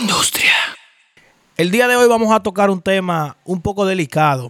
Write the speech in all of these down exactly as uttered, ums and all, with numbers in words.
Industria. El día de hoy vamos a tocar un tema un poco delicado.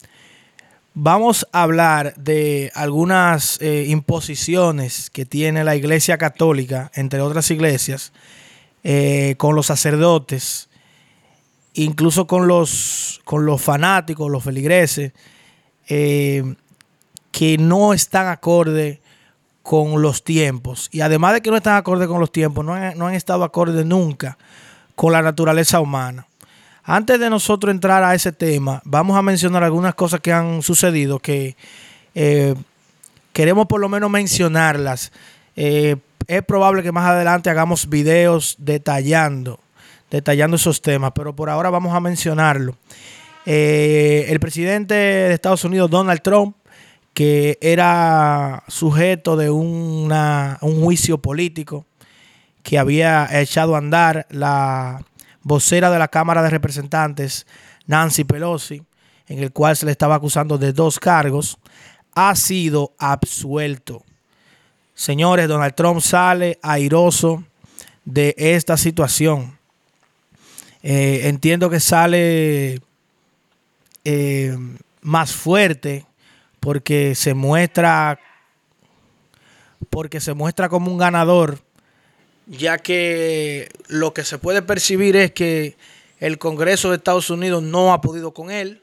Vamos a hablar de algunas eh, imposiciones que tiene la Iglesia Católica, entre otras iglesias, eh, con los sacerdotes, incluso con los, con los fanáticos, los feligreses, eh, que no están acorde con los tiempos. Y además de que no están acorde con los tiempos, no han, no han estado acorde nunca con la naturaleza humana. Antes de nosotros entrar a ese tema, vamos a mencionar algunas cosas que han sucedido que eh, queremos por lo menos mencionarlas. Eh, es probable que más adelante hagamos videos detallando, detallando esos temas, pero por ahora vamos a mencionarlo. Eh, el presidente de Estados Unidos, Donald Trump, que era sujeto de una, un juicio político que había echado a andar la vocera de la Cámara de Representantes, Nancy Pelosi, en el cual se le estaba acusando de dos cargos, ha sido absuelto. Señores, Donald Trump sale airoso de esta situación. Eh, entiendo que sale eh, más fuerte porque se muestra, porque se muestra como un ganador, ya que lo que se puede percibir es que el Congreso de Estados Unidos no ha podido con él.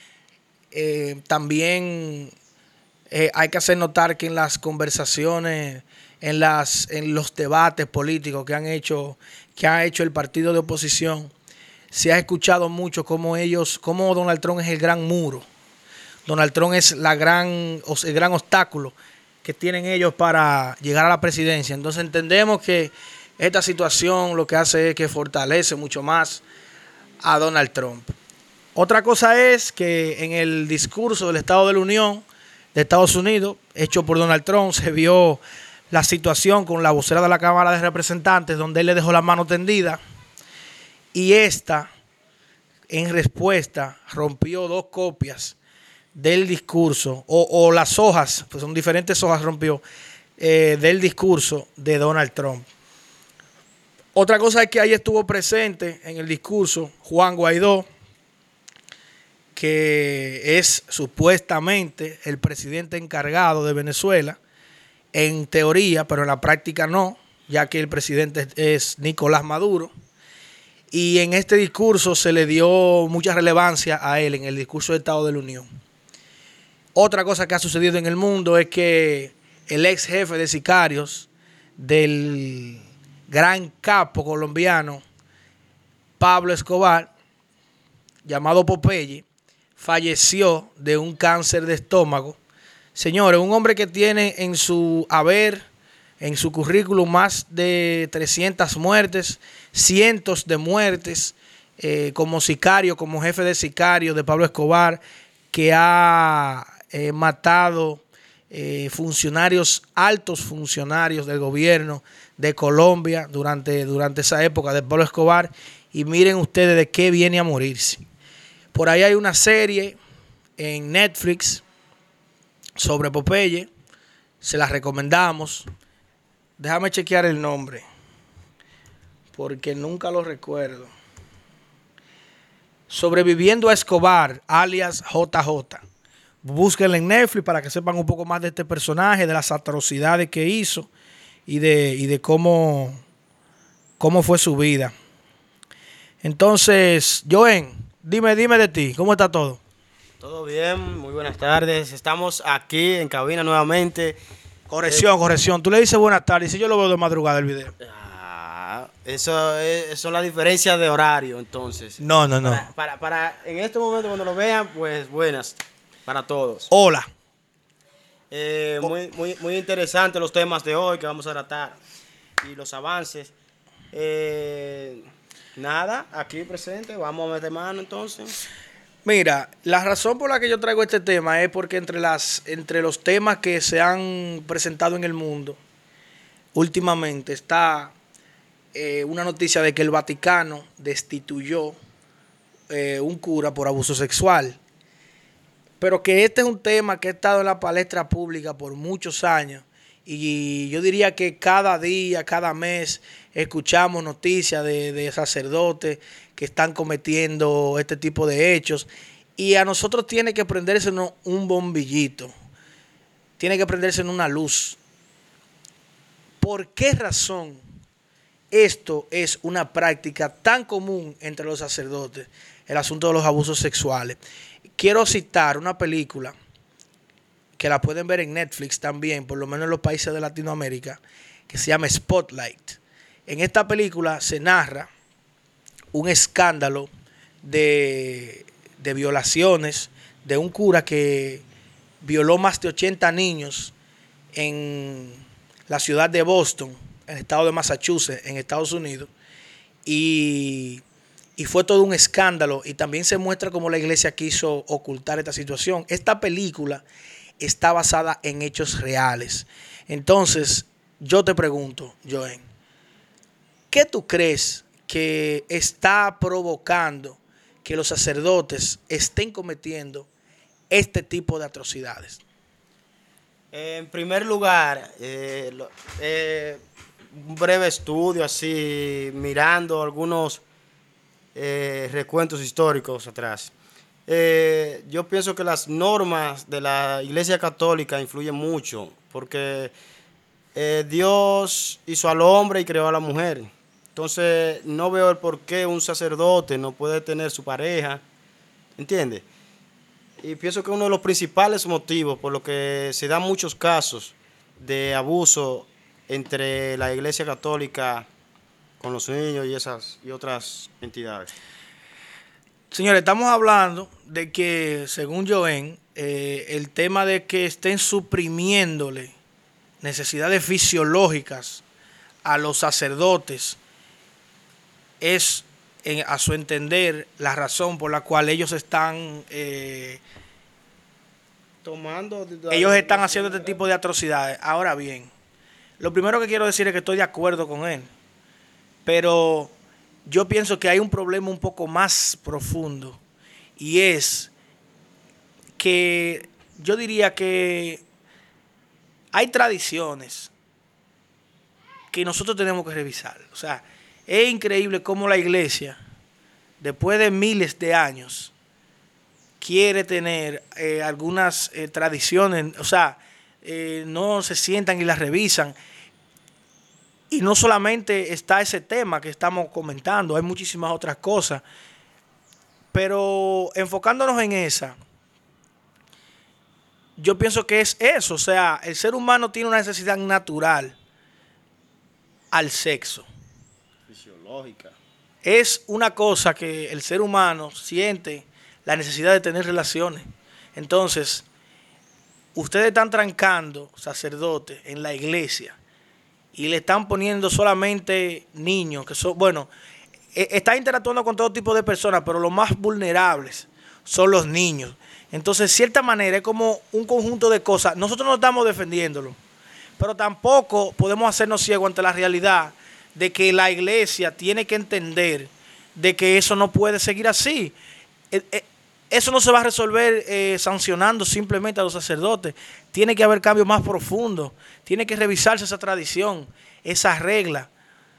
Eh, también eh, hay que hacer notar que en las conversaciones, en, las, en los debates políticos que han hecho, que ha hecho el partido de oposición, se ha escuchado mucho cómo ellos, cómo Donald Trump es el gran muro. Donald Trump es la gran, el gran obstáculo que tienen ellos para llegar a la presidencia. Entonces entendemos que esta situación lo que hace es que fortalece mucho más a Donald Trump. Otra cosa es que en el discurso del Estado de la Unión de Estados Unidos, hecho por Donald Trump, se vio la situación con la vocera de la Cámara de Representantes, donde él le dejó la mano tendida y esta, en respuesta, rompió dos copias del discurso, o, o las hojas, pues son diferentes hojas, rompió, eh, del discurso de Donald Trump. Otra cosa es que ahí estuvo presente en el discurso Juan Guaidó, que es supuestamente el presidente encargado de Venezuela, en teoría, pero en la práctica no, ya que el presidente es Nicolás Maduro. Y en este discurso se le dio mucha relevancia a él, en el discurso de Estado de la Unión. Otra cosa que ha sucedido en el mundo es que el ex jefe de sicarios del gran capo colombiano Pablo Escobar, llamado Popeye, falleció de un cáncer de estómago. Señores, un hombre que tiene en su haber, en su currículum, más de trescientas muertes, cientos de muertes, eh, como sicario, como jefe de sicarios de Pablo Escobar, que ha eh, matado eh, funcionarios, altos funcionarios del gobierno de Colombia durante, durante esa época de Pablo Escobar. Y miren ustedes de qué viene a morirse. Por ahí hay una serie en Netflix sobre Popeye. Se la recomendamos. Déjame chequear el nombre, porque nunca lo recuerdo. Sobreviviendo a Escobar, alias J J. Búsquenla en Netflix para que sepan un poco más de este personaje, de las atrocidades que hizo y de, y de cómo, cómo fue su vida. Entonces, Joen, dime, dime de ti, ¿cómo está todo? Todo bien, muy buenas tardes. Estamos aquí en cabina nuevamente. Corrección, eh, corrección. Tú le dices buenas tardes, si yo lo veo de madrugada el video. Ah, eso es, son las diferencias de horario, entonces. No, no, no. Para, para, para en este momento cuando lo vean, pues buenas para todos. Hola. Eh, muy, muy, muy interesantes los temas de hoy que vamos a tratar y los avances. Eh, nada, aquí presente, vamos a meter mano entonces. Mira, la razón por la que yo traigo este tema es porque entre, las, entre los temas que se han presentado en el mundo últimamente está eh, una noticia de que el Vaticano destituyó eh, un cura por abuso sexual. Pero que este es un tema que ha estado en la palestra pública por muchos años Y yo diría que cada día, cada mes, escuchamos noticias de, de sacerdotes que están cometiendo este tipo de hechos. Y a nosotros tiene que prenderse un bombillito. Tiene que prenderse en una luz. ¿Por qué razón esto es una práctica tan común entre los sacerdotes? El asunto de los abusos sexuales. Quiero citar una película que la pueden ver en Netflix también, por lo menos en los países de Latinoamérica, que se llama Spotlight. En esta película se narra un escándalo de, de violaciones de un cura que violó más de ochenta niños en la ciudad de Boston, en el estado de Massachusetts, en Estados Unidos. Y, y fue todo un escándalo. Y también se muestra cómo la iglesia quiso ocultar esta situación. Esta película está basada en hechos reales. Entonces, yo te pregunto, Joen, ¿qué tú crees que está provocando que los sacerdotes estén cometiendo este tipo de atrocidades? En primer lugar, eh, lo, eh, un breve estudio así, mirando algunos eh, recuentos históricos atrás. Eh, yo pienso que las normas de la Iglesia Católica influyen mucho, porque eh, Dios hizo al hombre y creó a la mujer. Entonces, no veo el por qué un sacerdote no puede tener su pareja, ¿entiendes? Y pienso que uno de los principales motivos por los que se dan muchos casos de abuso entre la Iglesia Católica con los niños y esas y otras entidades. Señores, estamos hablando de que, según Joen, eh, el tema de que estén suprimiéndole necesidades fisiológicas a los sacerdotes es, en, a su entender, la razón por la cual ellos están eh, tomando, ellos están haciendo este tipo de atrocidades. Ahora bien, lo primero que quiero decir es que estoy de acuerdo con él, pero yo pienso que hay un problema un poco más profundo, y es que yo diría que hay tradiciones que nosotros tenemos que revisar. O sea, es increíble cómo la iglesia, después de miles de años, quiere tener eh, algunas eh, tradiciones, o sea, eh, no se sientan y las revisan. Y no solamente está ese tema que estamos comentando, hay muchísimas otras cosas. Pero enfocándonos en esa, yo pienso que es eso. O sea, el ser humano tiene una necesidad natural al sexo. Fisiológica. Es una cosa que el ser humano siente la necesidad de tener relaciones. Entonces, ustedes están trancando sacerdotes en la iglesia y le están poniendo solamente niños, que son, bueno, está interactuando con todo tipo de personas, pero los más vulnerables son los niños. Entonces, de cierta manera, es como un conjunto de cosas. Nosotros no estamos defendiéndolo, pero tampoco podemos hacernos ciegos ante la realidad de que la iglesia tiene que entender de que eso no puede seguir así. Eso no se va a resolver eh, sancionando simplemente a los sacerdotes. Tiene que haber cambios más profundos. Tiene que revisarse esa tradición, esa regla.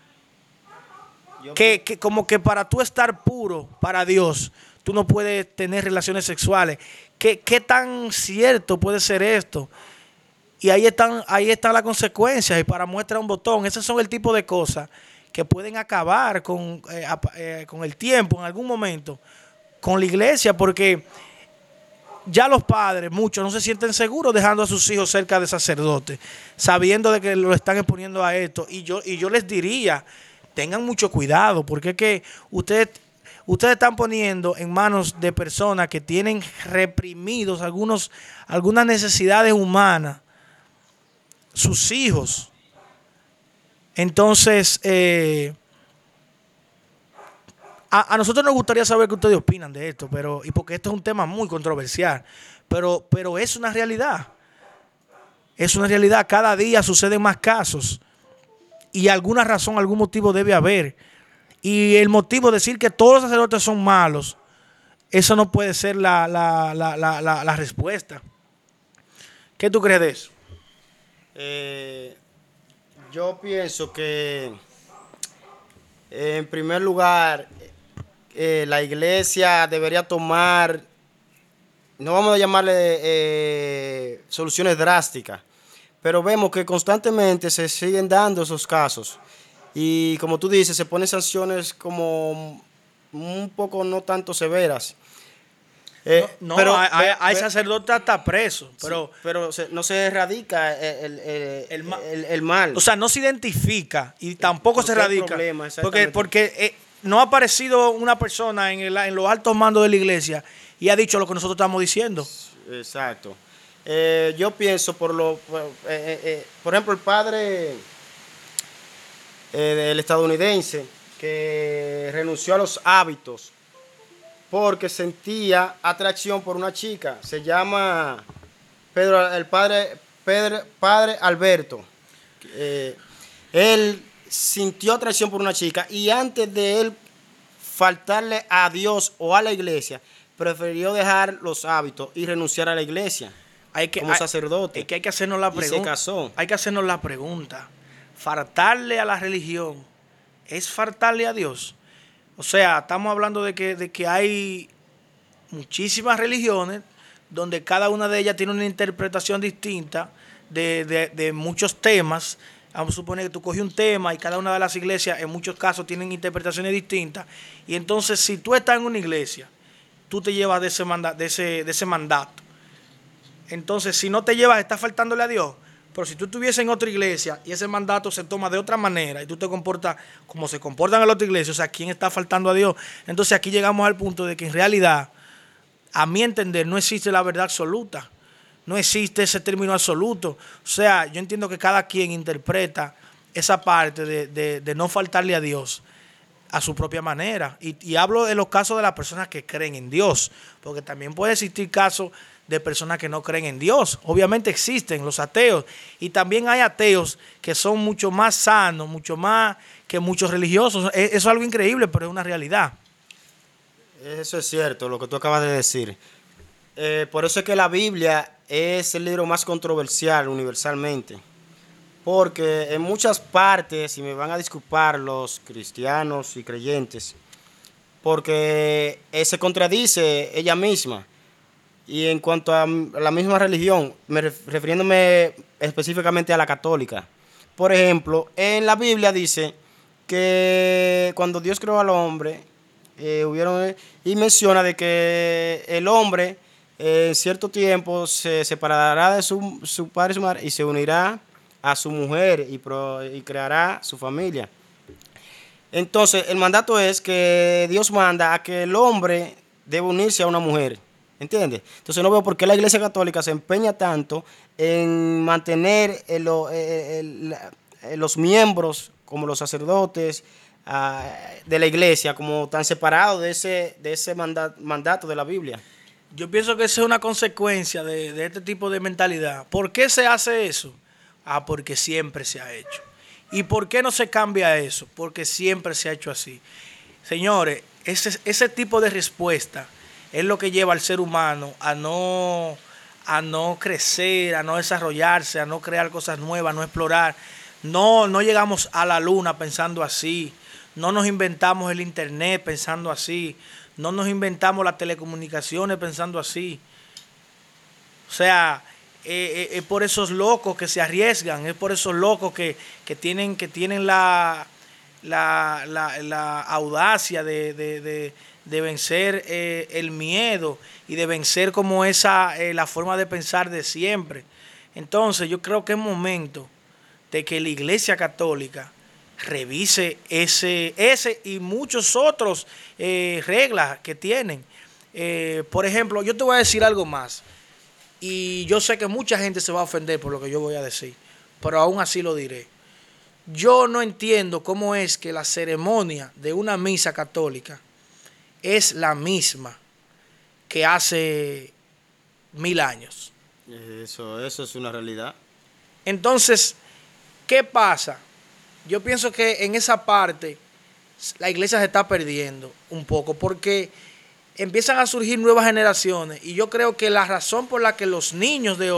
Que, que como que para tú estar puro para Dios, tú no puedes tener relaciones sexuales. ¿Qué, qué tan cierto puede ser esto? Y ahí están, ahí están las consecuencias. Y para muestra un botón, esos son el tipo de cosas que pueden acabar con, eh, eh, con el tiempo, en algún momento, con la iglesia, porque ya los padres, muchos, no se sienten seguros dejando a sus hijos cerca de sacerdotes, sabiendo de que lo están exponiendo a esto. Y yo, y yo les diría, tengan mucho cuidado, porque es que ustedes, ustedes están poniendo en manos de personas que tienen reprimidos algunos, algunas necesidades humanas, sus hijos. Entonces, eh, A, a nosotros nos gustaría saber qué ustedes opinan de esto, pero y porque esto es un tema muy controversial, pero, pero es una realidad. Es una realidad. Cada día suceden más casos y alguna razón, algún motivo debe haber. Y el motivo de decir que todos los sacerdotes son malos, eso no puede ser la, la, la, la, la, la respuesta. ¿Qué tú crees de eso? Eh, yo pienso que, en primer lugar, eh, la iglesia debería tomar, no vamos a llamarle eh, soluciones drásticas, pero vemos que constantemente se siguen dando esos casos. Y como tú dices, se ponen sanciones como un poco no tanto severas. Eh, No, no, pero, hay, hay, ve- hay ve- sacerdotes hasta presos, pero, sí, pero se- no se erradica el, el- el- El ma- el- el mal. o sea, no se identifica y tampoco ¿Por se qué el radica. problema? Porque, Exactamente. porque eh, no ha aparecido una persona en, el- en los altos mandos de la iglesia y ha dicho lo que nosotros estamos diciendo. Exacto. Eh, yo pienso por lo, por, eh, eh, eh, por ejemplo, el padre eh, del estadounidense que renunció a los hábitos porque sentía atracción por una chica. Se llama Pedro, el padre, Pedro, padre Alberto. Eh, él sintió atracción por una chica y antes de él faltarle a Dios o a la iglesia, prefirió dejar los hábitos y renunciar a la iglesia Hay que, como hay- sacerdote. es que hay que hacernos la Y se pregunta. casó. Hay que hacernos la pregunta. ¿Faltarle a la religión es faltarle a Dios? O sea, estamos hablando de que, de que hay muchísimas religiones donde cada una de ellas tiene una interpretación distinta de, de- de muchos temas. Vamos a suponer que tú coges un tema y cada una de las iglesias en muchos casos tienen interpretaciones distintas. Y entonces si tú estás en una iglesia, tú te llevas de ese, manda- de ese, de ese mandato. Entonces si no te llevas, estás faltándole a Dios. Pero si tú estuvieses en otra iglesia y ese mandato se toma de otra manera y tú te comportas como se comportan en la otra iglesia, o sea, ¿quién está faltando a Dios? Entonces aquí llegamos al punto de que en realidad, a mi entender, no existe la verdad absoluta. No existe ese término absoluto. O sea, yo entiendo que cada quien interpreta esa parte de, de- de no faltarle a Dios a su propia manera. Y, y hablo de los casos de las personas que creen en Dios, porque también puede existir casos de personas que no creen en Dios. Obviamente existen los ateos y también hay ateos que son mucho más sanos, mucho más que muchos religiosos. E- Eso es algo increíble, pero es una realidad. Eso es cierto, lo que tú acabas de decir. Eh, por eso es que la Biblia es el libro más controversial universalmente. Porque en muchas partes, y me van a disculpar los cristianos y creyentes, porque eh, se contradice ella misma. Y en cuanto a m- la misma religión, me ref- refiriéndome específicamente a la católica. Por ejemplo, en la Biblia dice que cuando Dios creó al hombre, eh, hubieron, y menciona de que el hombre eh, en cierto tiempo se separará de su, su padre y su madre y se unirá a su mujer y, pro- y creará su familia. Entonces, el mandato es que Dios manda a que el hombre debe unirse a una mujer. ¿Entiendes? Entonces no veo por qué la Iglesia Católica se empeña tanto en mantener el- el- el- los miembros, como los sacerdotes ah, de la Iglesia, como tan separados de ese, de ese manda- mandato de la Biblia. Yo pienso que esa es una consecuencia de, de este tipo de mentalidad. ¿Por qué se hace eso? Ah, porque siempre se ha hecho. ¿Y por qué no se cambia eso? Porque siempre se ha hecho así. Señores, ese, ese tipo de respuesta es lo que lleva al ser humano a no, a no crecer, a no desarrollarse, a no crear cosas nuevas, a no explorar. No, no llegamos a la luna pensando así. No nos inventamos el internet pensando así. No nos inventamos las telecomunicaciones pensando así. O sea, eh, eh, es por esos locos que se arriesgan, es por esos locos que, que tienen, que tienen la, la, la, la audacia de, de, de, de vencer eh, el miedo y de vencer como esa eh, la forma de pensar de siempre. Entonces yo creo que es momento de que la Iglesia Católica revise ese, ese y muchos otros eh, reglas que tienen. Eh, por ejemplo, yo te voy a decir algo más. Y yo sé que mucha gente se va a ofender por lo que yo voy a decir, pero aún así lo diré. Yo no entiendo cómo es que la ceremonia de una misa católica es la misma que hace mil años. Eso, eso es una realidad. Entonces, ¿qué pasa? Yo pienso que en esa parte la iglesia se está perdiendo un poco porque empiezan a surgir nuevas generaciones y yo creo que la razón por la que los niños de hoy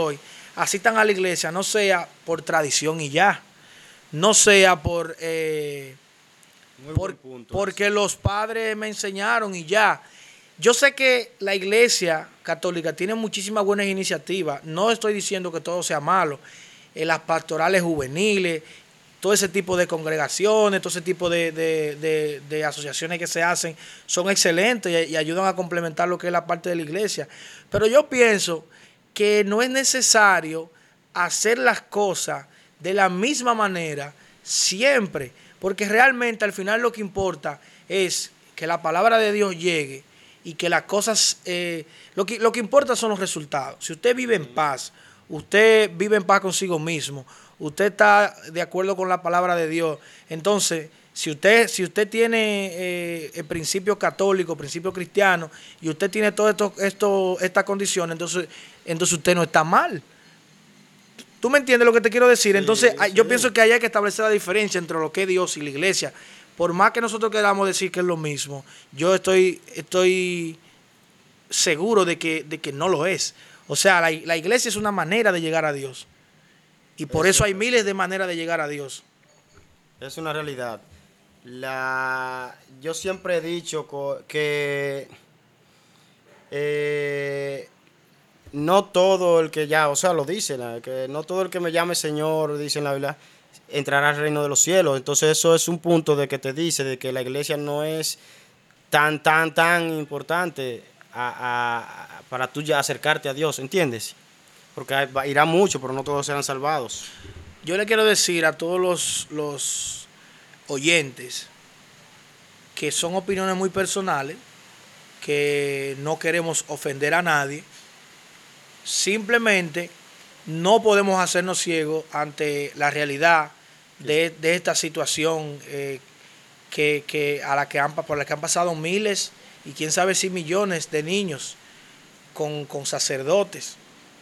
asistan a la iglesia no sea por tradición y ya, no sea por, eh, por punto, porque los padres me enseñaron y ya. Yo sé que la iglesia católica tiene muchísimas buenas iniciativas. No estoy diciendo que todo sea malo. En las pastorales juveniles, todo ese tipo de congregaciones, todo ese tipo de, de, de, de asociaciones que se hacen son excelentes y, y ayudan a complementar lo que es la parte de la iglesia. Pero yo pienso que no es necesario hacer las cosas de la misma manera siempre, porque realmente al final lo que importa es que la palabra de Dios llegue y que las cosas, eh, lo que, lo que importa son los resultados. Si usted vive en paz, usted vive en paz consigo mismo, usted está de acuerdo con la palabra de Dios, entonces, si usted, si usted tiene eh, el principio católico, principio cristiano, y usted tiene todas esto, esto, estas condiciones, entonces, entonces usted no está mal. ¿Tú me entiendes lo que te quiero decir? Sí, entonces, sí. yo pienso que ahí hay que establecer la diferencia entre lo que es Dios y la iglesia. Por más que nosotros queramos decir que es lo mismo, yo estoy, estoy seguro de que, de que no lo es. O sea, la, la iglesia es una manera de llegar a Dios. Y por eso, eso hay miles de maneras de llegar a Dios. Es una realidad. La, yo siempre he dicho que eh, no todo el que ya, o sea, lo dice, que no todo el que me llame Señor, dice en la Biblia, entrará al reino de los cielos. Entonces eso es un punto de que te dice de que la iglesia no es tan, tan, tan importante a, a, para tú ya acercarte a Dios, ¿entiendes? Porque irá mucho, pero no todos serán salvados. Yo le quiero decir a todos los, los oyentes que son opiniones muy personales, que no queremos ofender a nadie. Simplemente no podemos hacernos ciegos ante la realidad de, de esta situación eh, que, que a la que han, por la que han pasado miles y quién sabe si millones de niños con, con sacerdotes.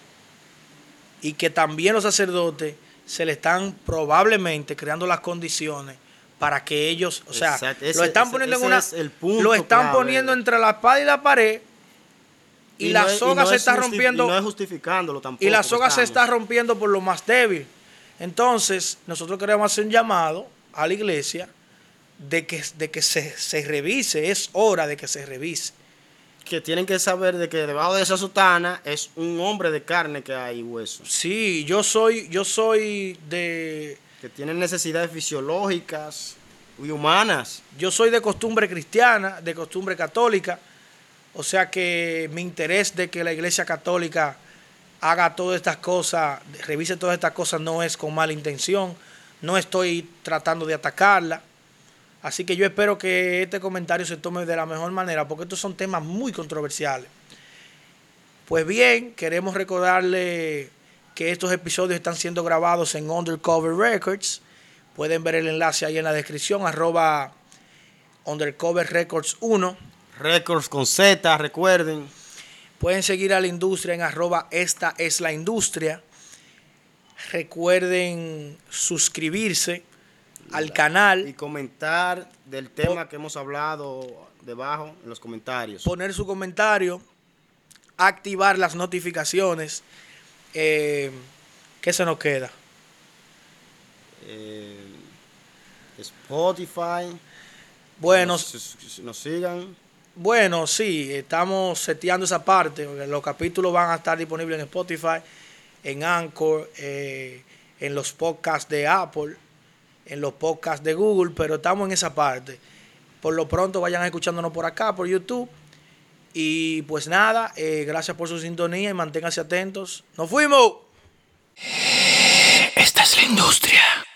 Y que también los sacerdotes se le están probablemente creando las condiciones para que ellos, o sea, ese, lo están poniendo ese, ese en una, es el punto lo están clave. Poniendo entre la espada y la pared y, y la no soga no se está rompiendo. Y no es justificándolo tampoco. Y la soga estamos. se está rompiendo por lo más débil. Entonces, nosotros queremos hacer un llamado a la iglesia de que, de que se, se revise, es hora de que se revise. Que tienen que saber de que debajo de esa sotana es un hombre de carne que hay hueso. Sí, yo soy, yo soy de... Que tienen necesidades fisiológicas y humanas. Yo soy de costumbre cristiana, de costumbre católica. O sea que mi interés de que la iglesia católica haga todas estas cosas, revise todas estas cosas, no es con mala intención. No estoy tratando de atacarla. Así que yo espero que este comentario se tome de la mejor manera, porque estos son temas muy controversiales. Pues bien, queremos recordarle que estos episodios están siendo grabados en Undercover Records. Pueden ver el enlace ahí en la descripción, arroba Undercover Records uno. Records con Z, recuerden. Pueden seguir a la industria en arroba esta es la industria. Recuerden suscribirse al canal. Y comentar del tema que hemos hablado debajo en los comentarios. Poner su comentario. Activar las notificaciones. Eh, ¿Qué se nos queda? Eh, Spotify. Bueno. Nos, nos sigan. Bueno, sí, estamos seteando esa parte. Los capítulos van a estar disponibles en Spotify, en Anchor, eh, en los podcasts de Apple, en los podcasts de Google, pero estamos en esa parte. Por lo pronto vayan escuchándonos por acá, por YouTube. Y pues nada, eh, gracias por su sintonía y manténganse atentos. ¡Nos fuimos! Esta es la industria.